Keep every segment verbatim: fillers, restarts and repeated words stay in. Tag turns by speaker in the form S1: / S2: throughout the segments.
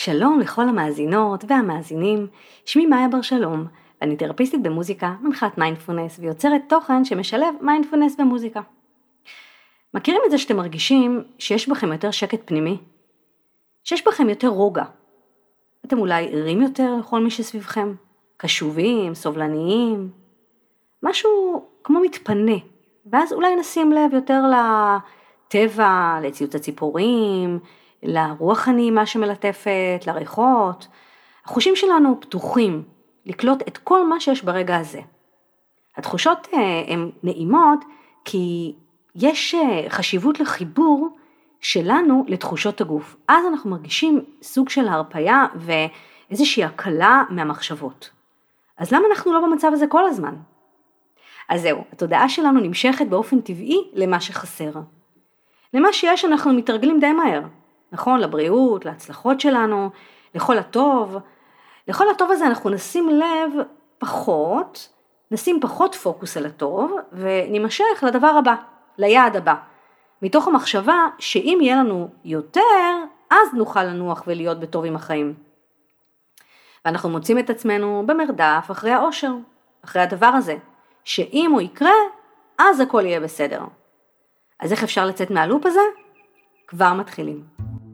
S1: שלום לכל המאזינות והמאזינים, שמי מאיה בר שלום, ואני תרפיסטית במוזיקה, מנחת מיינדפולנס ויוצרת תוכן שמשלב מיינדפולנס במוזיקה. מכירים את זה שאתם מרגישים שיש בכם יותר שקט פנימי? שיש בכם יותר רוגע? אתם אולי ערים יותר לכל מי שסביבכם? קשובים, סובלניים? משהו כמו מתפנה, ואז אולי נשים לב יותר לטבע, לציוץ הציפורים, לרוח הנעימה שמלטפת, לריחות. החושים שלנו פתוחים לקלוט את כל מה שיש ברגע הזה. התחושות הן נעימות כי יש חשיבות לחיבור שלנו לתחושות הגוף. אז אנחנו מרגישים סוג של הרפיה ואיזושהי הקלה מהמחשבות. אז למה אנחנו לא במצב הזה כל הזמן? אז זהו, התודעה שלנו נמשכת באופן טבעי למה שחסר. למה שיש אנחנו מתרגלים די מהר. נכון, לבריאות, להצלחות שלנו, לכל הטוב. לכל הטוב הזה אנחנו נשים לב פחות, נשים פחות פוקוס על הטוב, ונמשך לדבר הבא, ליעד הבא. מתוך המחשבה שאם יהיה לנו יותר, אז נוכל לנוח ולהיות בטוב עם החיים. ואנחנו מוצאים את עצמנו במרדף אחרי האושר, אחרי הדבר הזה, שאם הוא יקרה, אז הכל יהיה בסדר. אז איך אפשר לצאת מהלופ הזה? כבר מתחילים.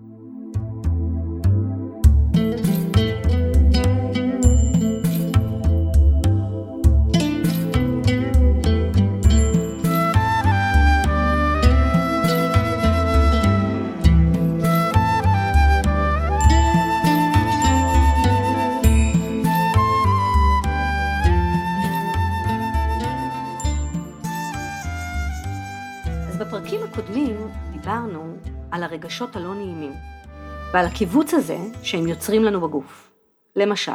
S1: בפרקים הקודמים דיברנו על הרגשות הלא נעימים, ועל הקיבוץ הזה שהם יוצרים לנו בגוף. למשל,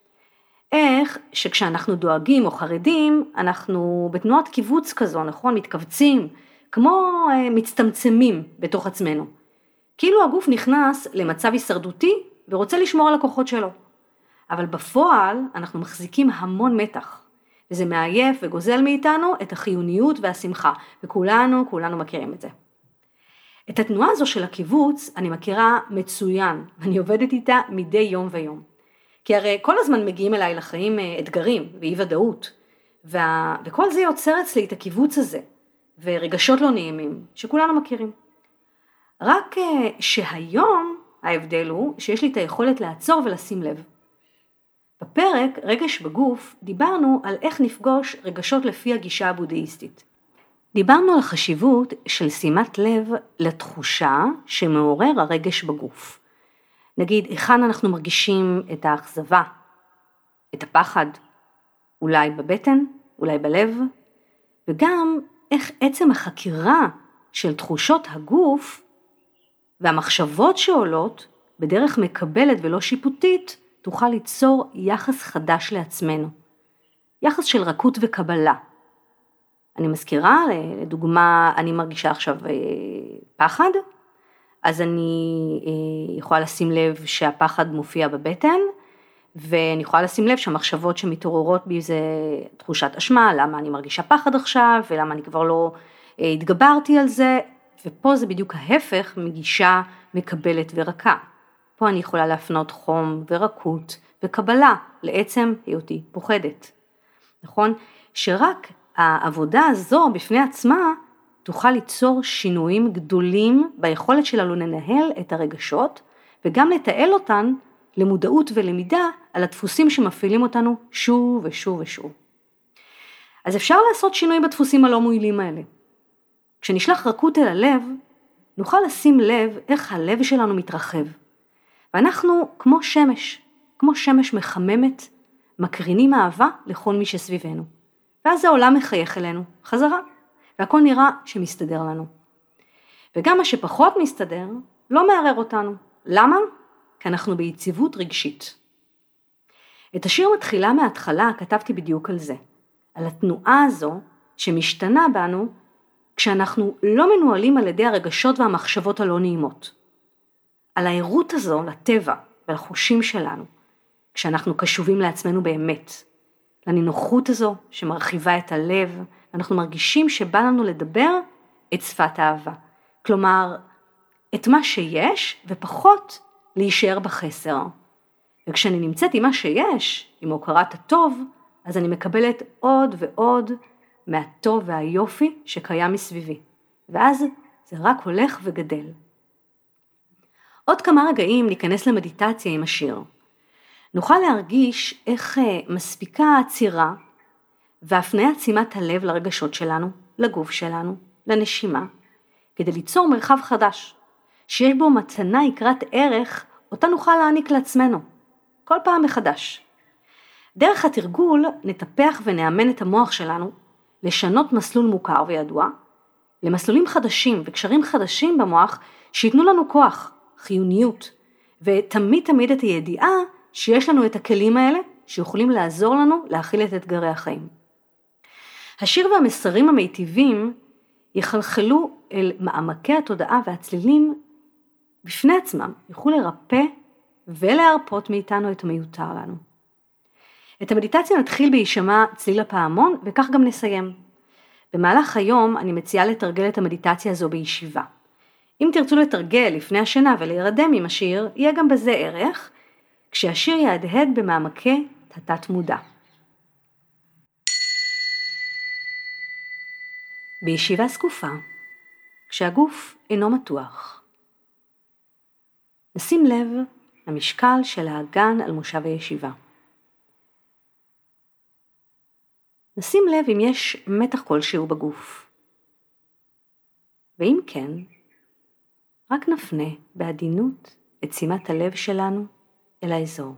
S1: איך שכשאנחנו דואגים או חרדים, אנחנו בתנועת קיבוץ כזו, נכון? מתכווצים, כמו מצטמצמים בתוך עצמנו. כאילו הגוף נכנס למצב הישרדותי ורוצה לשמור על הכוחות שלו. אבל בפועל אנחנו מחזיקים המון מתח. וזה מעייף וגוזל מאיתנו את החיוניות והשמחה, וכולנו, כולנו מכירים את זה. את התנועה הזו של הקיבוץ אני מכירה מצוין, ואני עובדת איתה מדי יום ויום. כי הרי כל הזמן מגיעים אליי לחיים אתגרים ואי ודאות, וה... וכל זה יוצר אצלי את הקיבוץ הזה, ורגשות לא נעימים, שכולנו מכירים. רק שהיום ההבדל הוא שיש לי את היכולת לעצור ולשים לב. בפרק רגש בגוף דיברנו על איך נפגוש רגשות לפי הגישה הבודהיסטית. דיברנו על חשיבות של שימת לב לתחושה שמעורר הרגש בגוף. נגיד, היכן אנחנו מרגישים את האכזבה, את הפחד, אולי בבטן, אולי בלב, וגם איך עצם החקירה של תחושות הגוף והמחשבות שעולות בדרך מקבלת ולא שיפוטית, תוכל ליצור יחס חדש לעצמנו, יחס של רכות וקבלה. אני מזכירה, לדוגמה, אני מרגישה עכשיו פחד, אז אני יכולה לשים לב שהפחד מופיע בבטן, ואני יכולה לשים לב שהמחשבות שמתעוררות בי זה תחושת אשמה, למה אני מרגישה פחד עכשיו, ולמה אני כבר לא התגברתי על זה, ופה זה בדיוק ההפך מגישה מקבלת ורכה. פה אני יכולה להפנות חום ורקות וקבלה לעצם היותי פוחדת. נכון? שרק העבודה הזו בפני עצמה תוכל ליצור שינויים גדולים ביכולת שלנו לנהל את הרגשות וגם לתעל אותן למודעות ולמידה על הדפוסים שמפעילים אותנו שוב ושוב ושוב. אז אפשר לעשות שינוי בדפוסים הלא מועילים האלה. כשנשלח רכות אל הלב, נוכל לשים לב איך הלב שלנו מתרחב. ואנחנו כמו שמש, כמו שמש מחממת, מקרינים אהבה לכל מי שסביבנו. ואז העולם מחייך אלינו, חזרה, והכל נראה שמסתדר לנו. וגם מה שפחות מסתדר, לא מערער אותנו. למה? כי אנחנו ביציבות רגשית. את השיר מתחילה מההתחלה כתבתי בדיוק על זה, על התנועה הזו שמשתנה בנו, כשאנחנו לא מנוהלים על ידי הרגשות והמחשבות הלא נעימות. על העירות הזו לטבע ולחושים שלנו, כשאנחנו קשובים לעצמנו באמת, לנינוחות הזו שמרחיבה את הלב, אנחנו מרגישים שבא לנו לדבר את שפת האהבה. כלומר, את מה שיש ופחות להישאר בחסר. וכשאני נמצאת עם מה שיש, עם הוקרת הטוב, אז אני מקבלת עוד ועוד מהטוב והיופי שקיים מסביבי. ואז זה רק הולך וגדל. עוד כמה רגעים ניכנס למדיטציה עם השיר. נוכל להרגיש איך מספיקה העצירה והפניית שימת הלב לרגשות שלנו, לגוף שלנו, לנשימה, כדי ליצור מרחב חדש, שיש בו מתנה יקרת ערך, אותה נוכל להעניק לעצמנו, כל פעם מחדש. דרך התרגול נטפח ונאמן את המוח שלנו, לשנות מסלול מוכר וידוע, למסלולים חדשים וקשרים חדשים במוח, שיתנו לנו כוח, חיוניות, ותמיד תמיד את הידיעה שיש לנו את הכלים האלה, שיכולים לעזור לנו להכיל את אתגרי החיים. השיר והמסרים המיטיבים יחלחלו אל מעמקי התודעה והצלילים בפני עצמם, יוכלו לרפא ולהרפות מאיתנו את המיותר לנו. את המדיטציה נתחיל בהישמע צליל הפעמון וכך גם נסיים. במהלך היום אני מציעה לתרגל את המדיטציה הזו בישיבה. אם תרצו לתרגל לפני השינה ולהירדם עם השיר, יהיה גם בזה ערך, כשהשיר יהדהד במעמקי התת מודע. בישיבה זקופה, כשהגוף אינו מתוח. נשים לב למשקל של האגן על מושב הישיבה. נשים לב אם יש מתח כלשהו בגוף. ואם כן, רק נפנה בעדינות את שימת הלב שלנו אל האזור.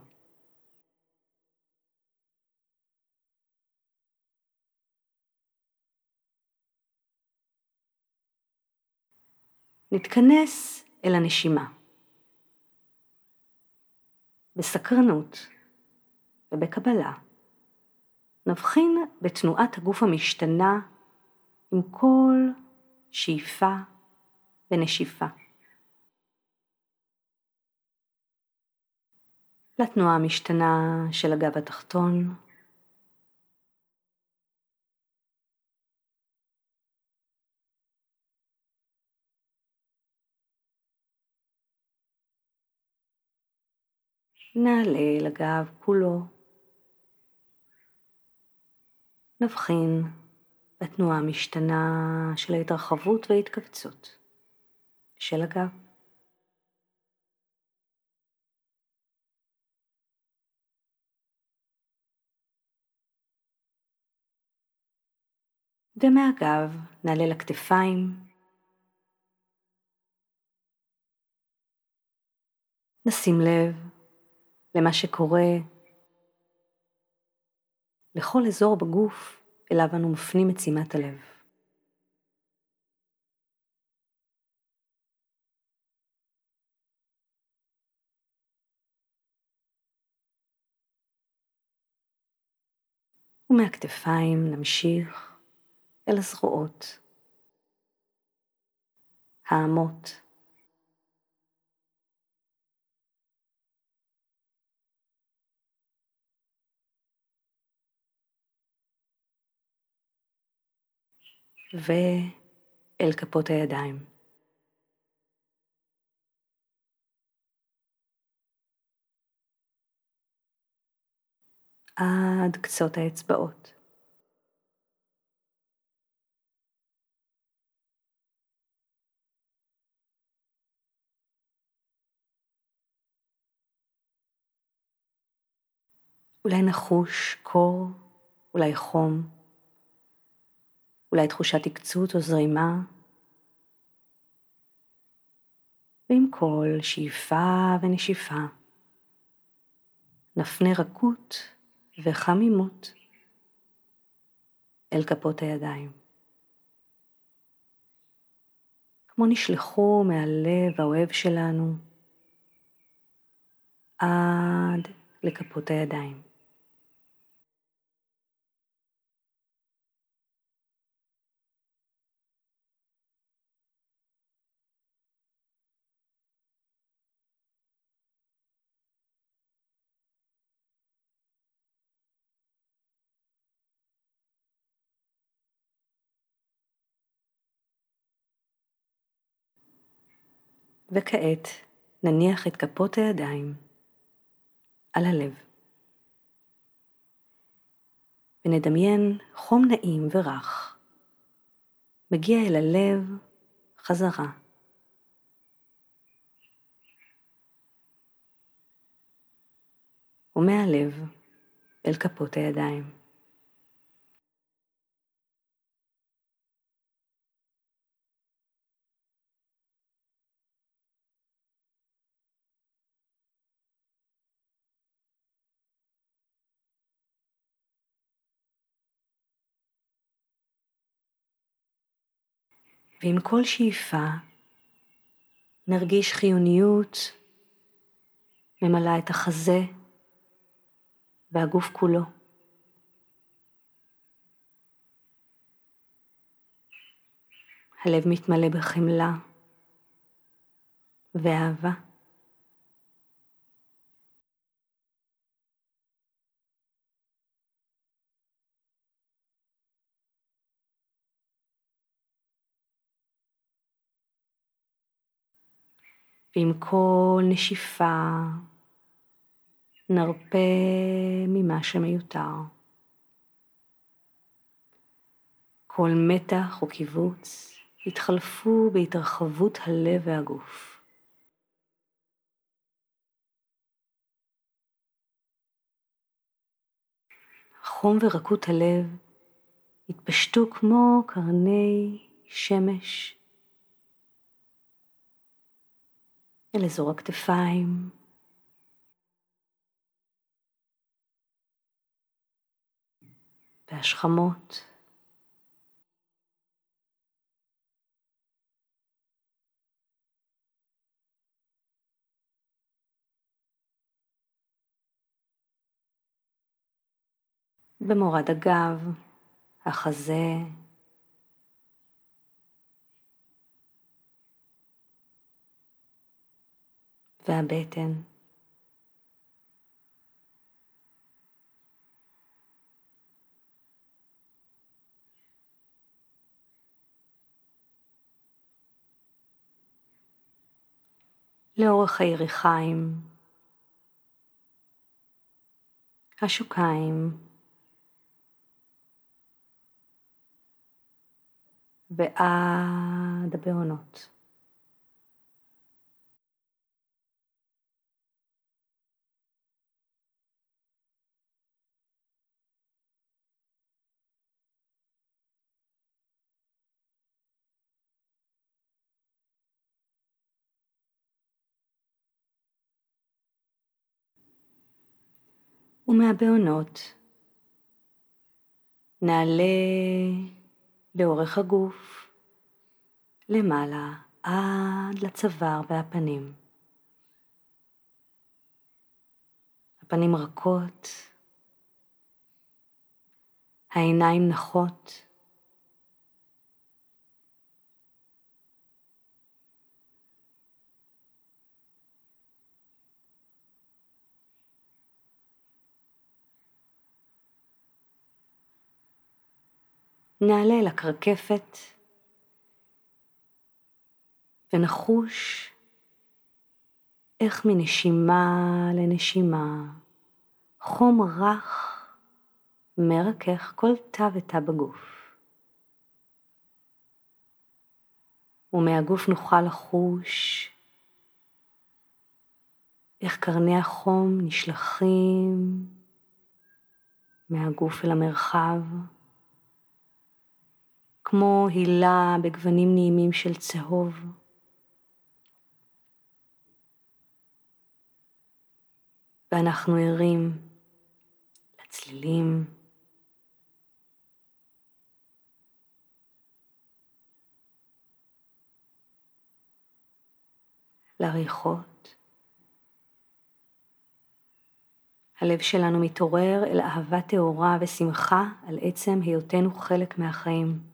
S1: נתכנס אל הנשימה. בסקרנות ובקבלה. נבחין בתנועת הגוף המשתנה עם כל שאיפה ונשיפה. לתנועה המשתנה של הגב התחתון. נעלה לגב כולו. נבחין בתנועה המשתנה של ההתרחבות וההתכווצות של הגב. ומהגב נעלה לכתפיים. נשים לב למה שקורה, לכל אזור בגוף אליו אנו מפנים את שימת הלב. ומהכתפיים נמשיך אל הזרועות, האמות, ואל כפות הידיים. עד קצות האצבעות. אולי נחוש קור, אולי חום, אולי תחושת עקצות או זרימה. ועם כל שאיפה ונשיפה, נפנה רכות וחמימות אל כפות הידיים. כמו נשלחו מהלב האוהב שלנו עד לכפות הידיים. וכעת נניח את כפות הידיים על הלב, ונדמיין חום נעים ורח, מגיע אל הלב חזרה. ומהלב אל כפות הידיים. ועם כל שאיפה נרגיש חיוניות ממלאה את החזה והגוף כולו. הלב מתמלא בחמלה ואהבה. ועם כל נשיפה נרפה ממה שמיותר. כל מתח או קיבוץ התחלפו בהתרחבות הלב והגוף. חום ורקות הלב התפשטו כמו קרני שמש אל אזור הכתפיים, והשכמות, במורד הגב, החזה, והבטן. לאורך הירכיים, השוקיים, ועד הבעונות. ומהבעונות נעלה לאורך הגוף, למעלה עד לצוואר והפנים. הפנים רכות, העיניים נחות, נעלה אל הקרקפת ונחוש איך מנשימה לנשימה חום רך מרכך כל תא ותא בגוף. ומהגוף נוכל לחוש איך קרני החום נשלחים מהגוף אל המרחב, כמו הילה בגוונים נעימים של צהוב. ואנחנו ערים לצלילים, לריחות. הלב שלנו מתעורר אל אהבה טהורה ושמחה על עצם היותנו חלק מהחיים.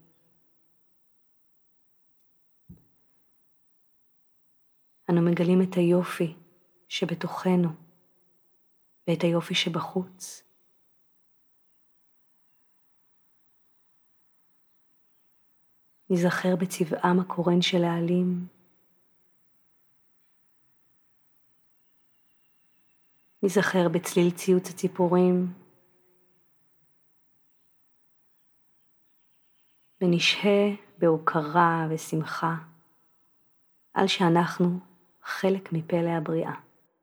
S1: אנו מגלים את היופי שבתוכנו ואת היופי שבחוץ. נזכר בצבעם הקורן של העלים, ניזכר בצליל ציוץ הציפורים, ונשהה בהוקרה ושמחה על שאנחנו חלק מפלא הבריאה.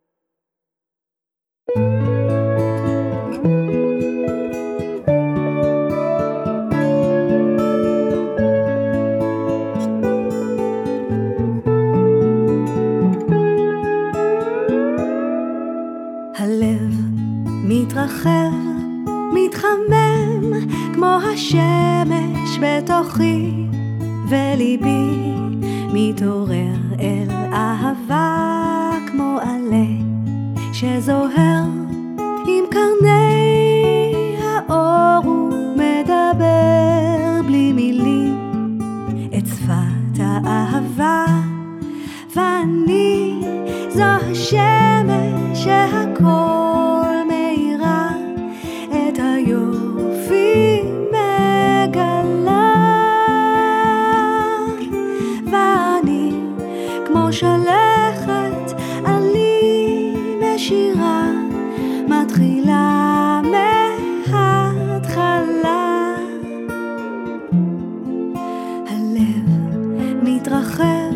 S1: הלב מתרחב, מתחמם כמו השמש בתוכי, וליבי מתעורר אל אהבה כמו עלה שזוהר עם קרני האור ומדבר בלי מילים את שפת האהבה, ואני זו השמש שהכל מאירה את היופי מגלה, ואני כמו שלכת עלי משירה מתחילה מההתחלה. הלב מתרחב,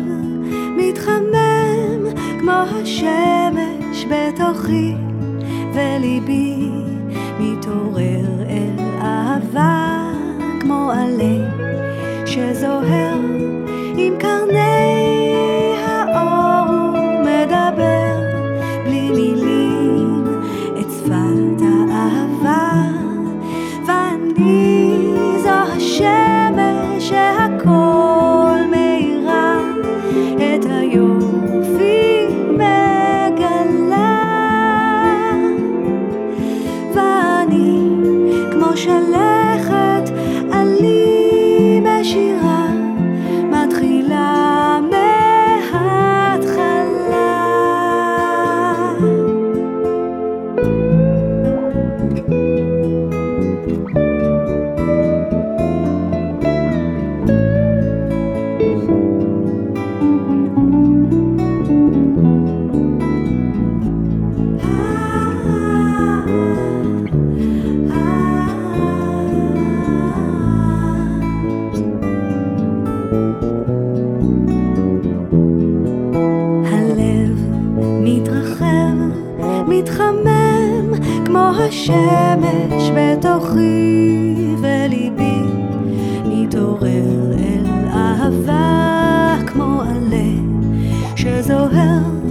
S1: מתחמם כמו השמש בתוכי, וליבי מתעורר אל אהבה כמו עלה שזוהר עם קרני האור ומדבר בלי מילים את שפת האהבה, ואני זו השמש שהכל מאירה את היופי מגלה, ואני כמו שלכת עלי בשירה מתחילה מההתחלה. מתרחב, מתחמם כמו השמש בתוכי, וליבי מתעורר אל אהבה כמו עלה שזוהר